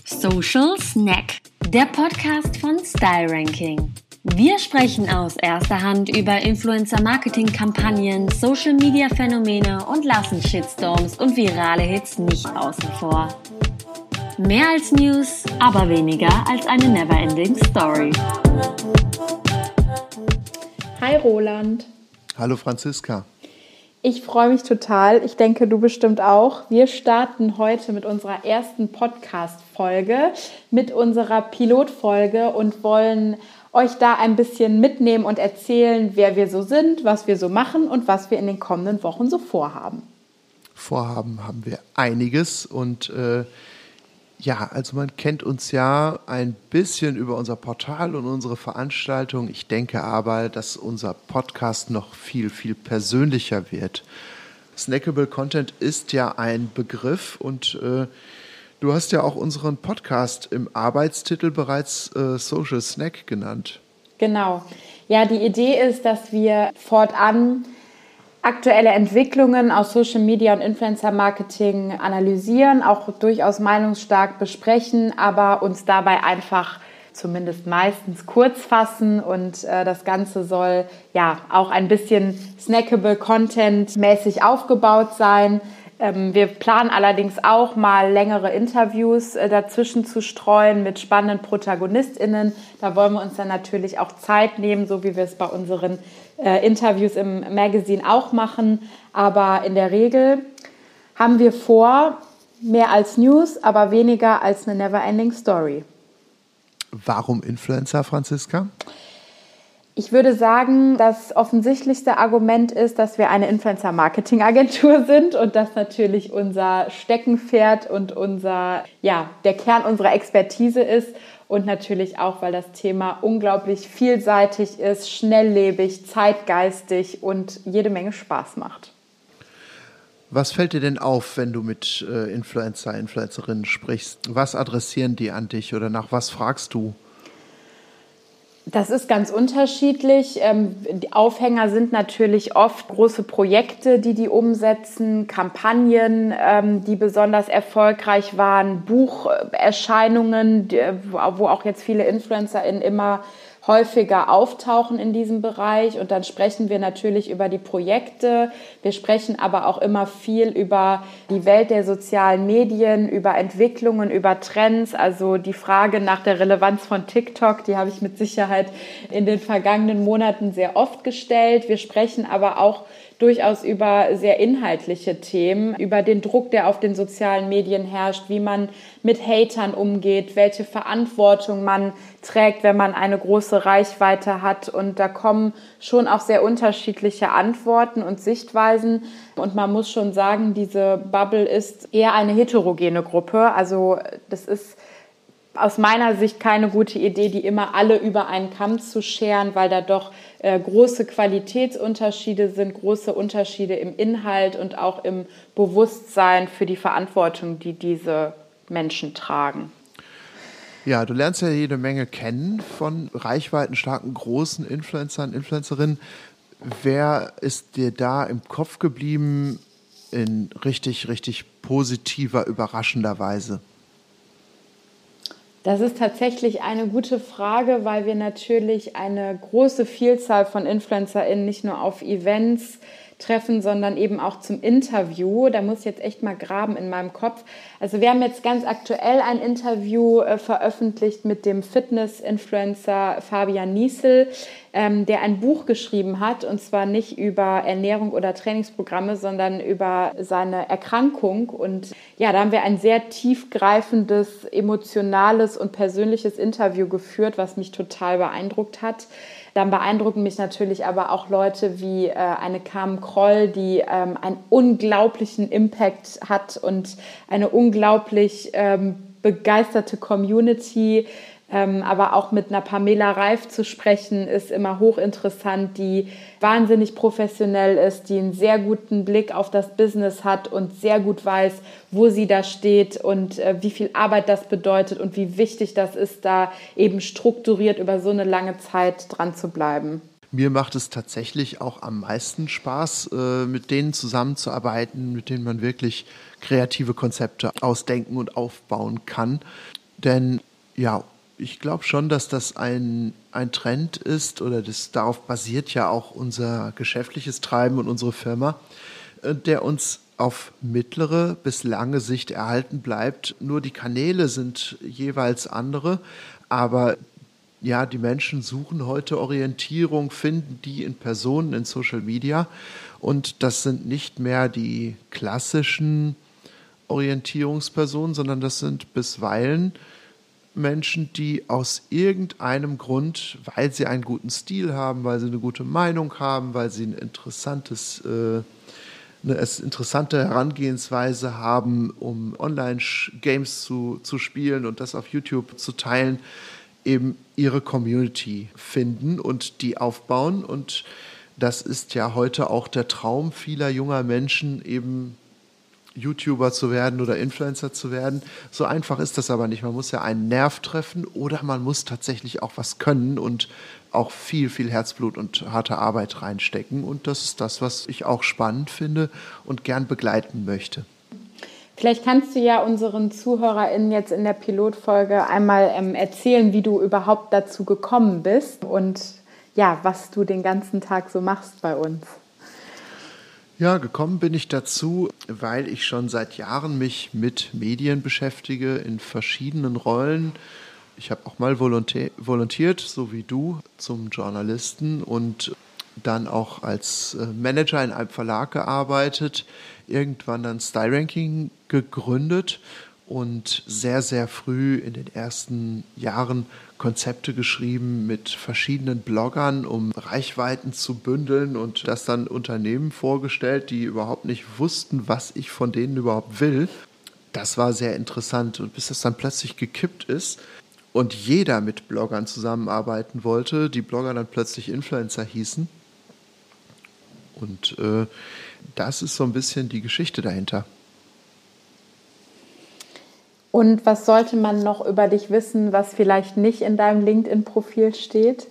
Social Snack, der Podcast von Style Ranking. Wir sprechen aus erster Hand über Influencer-Marketing-Kampagnen, Social-Media-Phänomene und lassen Shitstorms und virale Hits nicht außen vor. Mehr als News, aber weniger als eine never-ending Story. Hi Roland. Hallo Franziska. Ich freue mich total. Ich denke, du bestimmt auch. Wir starten heute mit unserer ersten Podcast-Folge, mit unserer Pilotfolge und wollen euch da ein bisschen mitnehmen und erzählen, wer wir so sind, was wir so machen und was wir in den kommenden Wochen so vorhaben. Vorhaben haben wir einiges und also man kennt uns ja ein bisschen über unser Portal und unsere Veranstaltung. Ich denke aber, dass unser Podcast noch viel, viel persönlicher wird. Snackable Content ist ja ein Begriff und du hast ja auch unseren Podcast im Arbeitstitel bereits Social Snack genannt. Genau. Ja, die Idee ist, dass wir fortan aktuelle Entwicklungen aus Social Media und Influencer Marketing analysieren, auch durchaus meinungsstark besprechen, aber uns dabei einfach zumindest meistens kurz fassen und das Ganze soll ja auch ein bisschen snackable Content mäßig aufgebaut sein. Wir planen allerdings auch mal längere Interviews dazwischen zu streuen mit spannenden ProtagonistInnen. Da wollen wir uns dann natürlich auch Zeit nehmen, so wie wir es bei unseren Interviews im Magazin auch machen. Aber in der Regel haben wir vor, mehr als News, aber weniger als eine never-ending Story. Warum Influencer, Franziska? Ich würde sagen, das offensichtlichste Argument ist, dass wir eine Influencer-Marketing-Agentur sind und das natürlich unser Steckenpferd und der Kern unserer Expertise ist. Und natürlich auch, weil das Thema unglaublich vielseitig ist, schnelllebig, zeitgeistig und jede Menge Spaß macht. Was fällt dir denn auf, wenn du mit Influencerinnen sprichst? Was adressieren die an dich oder nach was fragst du? Das ist ganz unterschiedlich. Die Aufhänger sind natürlich oft große Projekte, die umsetzen, Kampagnen, die besonders erfolgreich waren, Bucherscheinungen, wo auch jetzt viele InfluencerInnen immer häufiger auftauchen in diesem Bereich. Und dann sprechen wir natürlich über die Projekte. Wir sprechen aber auch immer viel über die Welt der sozialen Medien, über Entwicklungen, über Trends. Also die Frage nach der Relevanz von TikTok, die habe ich mit Sicherheit in den vergangenen Monaten sehr oft gestellt. Wir sprechen aber auch durchaus über sehr inhaltliche Themen, über den Druck, der auf den sozialen Medien herrscht, wie man mit Hatern umgeht, welche Verantwortung man trägt, wenn man eine große Reichweite hat. Und da kommen schon auch sehr unterschiedliche Antworten und Sichtweisen. Und man muss schon sagen, diese Bubble ist eher eine heterogene Gruppe. Also das ist aus meiner Sicht keine gute Idee, die immer alle über einen Kamm zu scheren, weil da doch große Qualitätsunterschiede sind, große Unterschiede im Inhalt und auch im Bewusstsein für die Verantwortung, die diese Menschen tragen. Ja, du lernst ja jede Menge kennen von reichweitenstarken, großen Influencern, Influencerinnen. Wer ist dir da im Kopf geblieben in richtig, richtig positiver, überraschender Weise? Das ist tatsächlich eine gute Frage, weil wir natürlich eine große Vielzahl von InfluencerInnen nicht nur auf Events treffen, sondern eben auch zum Interview. Da muss ich jetzt echt mal graben in meinem Kopf. Also wir haben jetzt ganz aktuell ein Interview veröffentlicht mit dem Fitness-Influencer Fabian Niesel, der ein Buch geschrieben hat, und zwar nicht über Ernährung oder Trainingsprogramme, sondern über seine Erkrankung. Und ja, da haben wir ein sehr tiefgreifendes, emotionales und persönliches Interview geführt, was mich total beeindruckt hat. Dann beeindrucken mich natürlich aber auch Leute wie eine Carmen Kroll, die einen unglaublichen Impact hat und eine unglaublich begeisterte Community. Aber auch mit einer Pamela Reif zu sprechen, ist immer hochinteressant, die wahnsinnig professionell ist, die einen sehr guten Blick auf das Business hat und sehr gut weiß, wo sie da steht und wie viel Arbeit das bedeutet und wie wichtig das ist, da eben strukturiert über so eine lange Zeit dran zu bleiben. Mir macht es tatsächlich auch am meisten Spaß, mit denen zusammenzuarbeiten, mit denen man wirklich kreative Konzepte ausdenken und aufbauen kann. Denn ja, ich glaube schon, dass das ein Trend ist oder darauf basiert ja auch unser geschäftliches Treiben und unsere Firma, der uns auf mittlere bis lange Sicht erhalten bleibt. Nur die Kanäle sind jeweils andere, aber ja, die Menschen suchen heute Orientierung, finden die in Personen, in Social Media. Und das sind nicht mehr die klassischen Orientierungspersonen, sondern das sind bisweilen Menschen, die aus irgendeinem Grund, weil sie einen guten Stil haben, weil sie eine gute Meinung haben, weil sie eine interessante Herangehensweise haben, um Online-Games zu spielen und das auf YouTube zu teilen, eben ihre Community finden und die aufbauen. Und das ist ja heute auch der Traum vieler junger Menschen, eben YouTuber zu werden oder Influencer zu werden. So einfach ist das aber nicht. Man muss ja einen Nerv treffen oder man muss tatsächlich auch was können und auch viel, viel Herzblut und harte Arbeit reinstecken. Und das ist das, was ich auch spannend finde und gern begleiten möchte. Vielleicht kannst du ja unseren ZuhörerInnen jetzt in der Pilotfolge einmal erzählen, wie du überhaupt dazu gekommen bist und ja, was du den ganzen Tag so machst bei uns. Ja, gekommen bin ich dazu, weil ich schon seit Jahren mich mit Medien beschäftige in verschiedenen Rollen. Ich habe auch mal volontiert, so wie du, zum Journalisten und dann auch als Manager in einem Verlag gearbeitet, irgendwann dann StyleRanking gegründet und sehr, sehr früh in den ersten Jahren Konzepte geschrieben mit verschiedenen Bloggern, um Reichweiten zu bündeln und das dann Unternehmen vorgestellt, die überhaupt nicht wussten, was ich von denen überhaupt will. Das war sehr interessant und bis das dann plötzlich gekippt ist und jeder mit Bloggern zusammenarbeiten wollte, die Blogger dann plötzlich Influencer hießen. Und das ist so ein bisschen die Geschichte dahinter. Und was sollte man noch über dich wissen, was vielleicht nicht in deinem LinkedIn-Profil steht?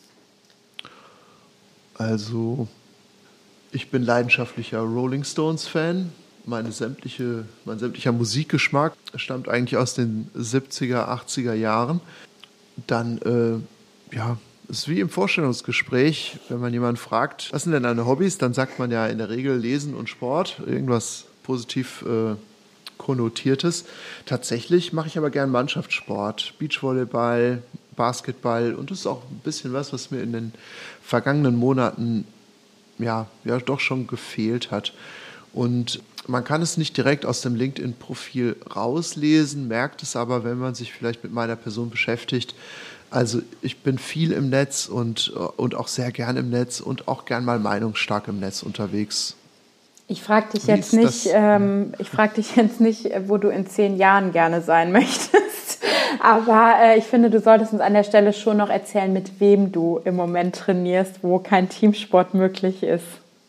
Also, ich bin leidenschaftlicher Rolling Stones-Fan. Mein sämtlicher Musikgeschmack stammt eigentlich aus den 70er, 80er Jahren. Dann, ist wie im Vorstellungsgespräch, wenn man jemanden fragt, was sind denn deine Hobbys, dann sagt man ja in der Regel Lesen und Sport, irgendwas positiv Konnotiertes. Tatsächlich mache ich aber gern Mannschaftssport, Beachvolleyball, Basketball und das ist auch ein bisschen was mir in den vergangenen Monaten ja doch schon gefehlt hat. Und man kann es nicht direkt aus dem LinkedIn-Profil rauslesen, merkt es aber, wenn man sich vielleicht mit meiner Person beschäftigt. Also ich bin viel im Netz und auch sehr gern im Netz und auch gern mal meinungsstark im Netz unterwegs. Ich frage dich jetzt nicht, wo du in 10 Jahren gerne sein möchtest. Aber ich finde, du solltest uns an der Stelle schon noch erzählen, mit wem du im Moment trainierst, wo kein Teamsport möglich ist.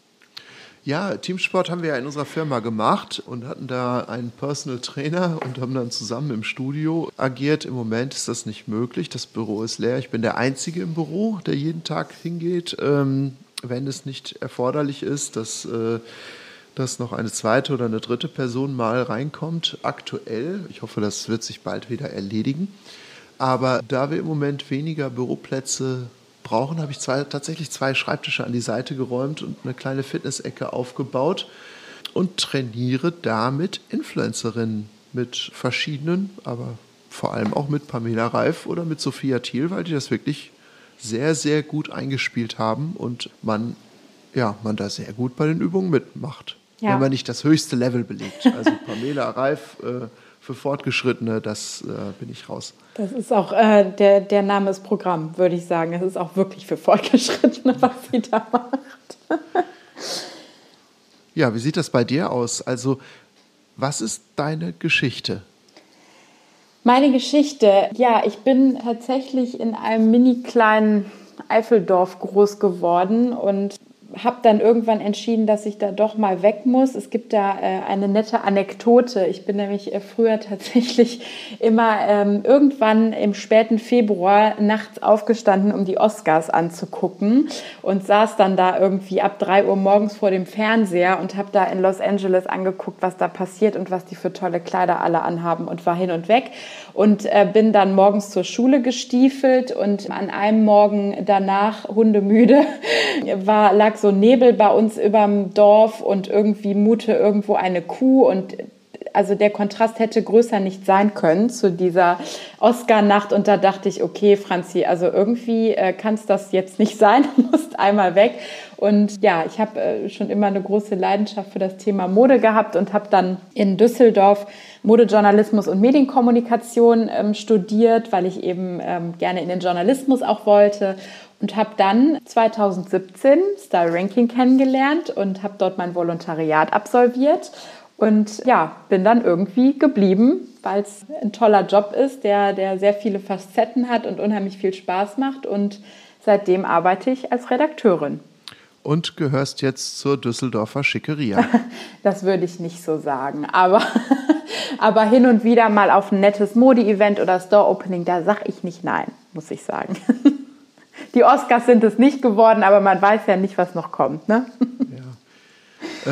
Ja, Teamsport haben wir ja in unserer Firma gemacht und hatten da einen Personal Trainer und haben dann zusammen im Studio agiert. Im Moment ist das nicht möglich. Das Büro ist leer. Ich bin der Einzige im Büro, der jeden Tag hingeht, wenn es nicht erforderlich ist, dass noch eine zweite oder eine dritte Person mal reinkommt. Aktuell, ich hoffe, das wird sich bald wieder erledigen. Aber da wir im Moment weniger Büroplätze brauchen, habe ich tatsächlich 2 Schreibtische an die Seite geräumt und eine kleine Fitnessecke aufgebaut und trainiere damit Influencerinnen mit verschiedenen, aber vor allem auch mit Pamela Reif oder mit Sophia Thiel, weil die das wirklich sehr, sehr gut eingespielt haben und man da sehr gut bei den Übungen mitmacht. Ja. Wenn man nicht das höchste Level belegt. Also Pamela Reif für Fortgeschrittene, das bin ich raus. Das ist auch, der Name ist Programm, würde ich sagen. Es ist auch wirklich für Fortgeschrittene, was sie da macht. Ja, wie sieht das bei dir aus? Also, was ist deine Geschichte? Meine Geschichte? Ja, ich bin tatsächlich in einem mini kleinen Eifeldorf groß geworden und habe dann irgendwann entschieden, dass ich da doch mal weg muss. Es gibt da eine nette Anekdote. Ich bin nämlich früher tatsächlich immer irgendwann im späten Februar nachts aufgestanden, um die Oscars anzugucken und saß dann da irgendwie ab 3 Uhr morgens vor dem Fernseher und habe da in Los Angeles angeguckt, was da passiert und was die für tolle Kleider alle anhaben und war hin und weg und bin dann morgens zur Schule gestiefelt und an einem Morgen danach, hundemüde, lag so Nebel bei uns überm Dorf und irgendwie muhte irgendwo eine Kuh und also der Kontrast hätte größer nicht sein können zu dieser Oscar-Nacht und da dachte ich, okay, Franzi, also irgendwie kann es das jetzt nicht sein, du musst einmal weg. Und ja, ich habe schon immer eine große Leidenschaft für das Thema Mode gehabt und habe dann in Düsseldorf Modejournalismus und Medienkommunikation studiert, weil ich eben gerne in den Journalismus auch wollte. Und habe dann 2017 Style Ranking kennengelernt und habe dort mein Volontariat absolviert. Und ja, bin dann irgendwie geblieben, weil es ein toller Job ist, der sehr viele Facetten hat und unheimlich viel Spaß macht. Und seitdem arbeite ich als Redakteurin. Und gehörst jetzt zur Düsseldorfer Schickeria. Das würde ich nicht so sagen, aber hin und wieder mal auf ein nettes Mode-Event oder Store-Opening, da sage ich nicht nein, muss ich sagen. Die Oscars sind es nicht geworden, aber man weiß ja nicht, was noch kommt, ne? Ja.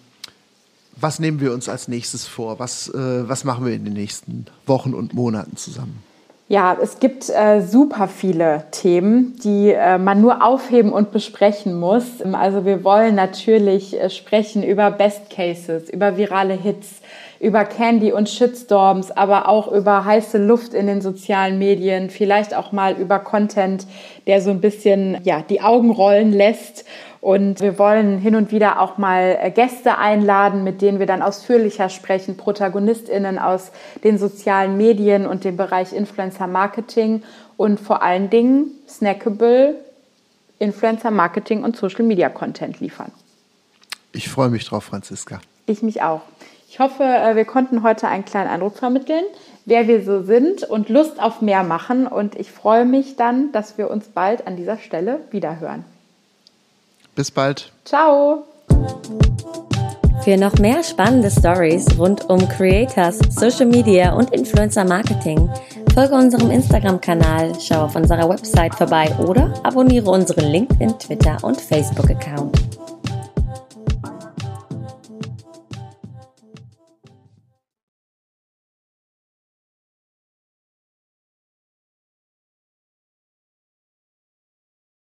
Was nehmen wir uns als nächstes vor? Was machen wir in den nächsten Wochen und Monaten zusammen? Ja, es gibt super viele Themen, die man nur aufheben und besprechen muss. Also wir wollen natürlich sprechen über Best Cases, über virale Hits, über Candy und Shitstorms, aber auch über heiße Luft in den sozialen Medien, vielleicht auch mal über Content, der so ein bisschen die Augen rollen lässt. Und wir wollen hin und wieder auch mal Gäste einladen, mit denen wir dann ausführlicher sprechen, ProtagonistInnen aus den sozialen Medien und dem Bereich Influencer Marketing und vor allen Dingen snackable Influencer Marketing und Social Media Content liefern. Ich freue mich drauf, Franziska. Ich mich auch. Ich hoffe, wir konnten heute einen kleinen Eindruck vermitteln, wer wir so sind und Lust auf mehr machen. Und ich freue mich dann, dass wir uns bald an dieser Stelle wiederhören. Bis bald. Ciao. Für noch mehr spannende Stories rund um Creators, Social Media und Influencer Marketing folge unserem Instagram-Kanal, schau auf unserer Website vorbei oder abonniere unseren LinkedIn, Twitter und Facebook-Account.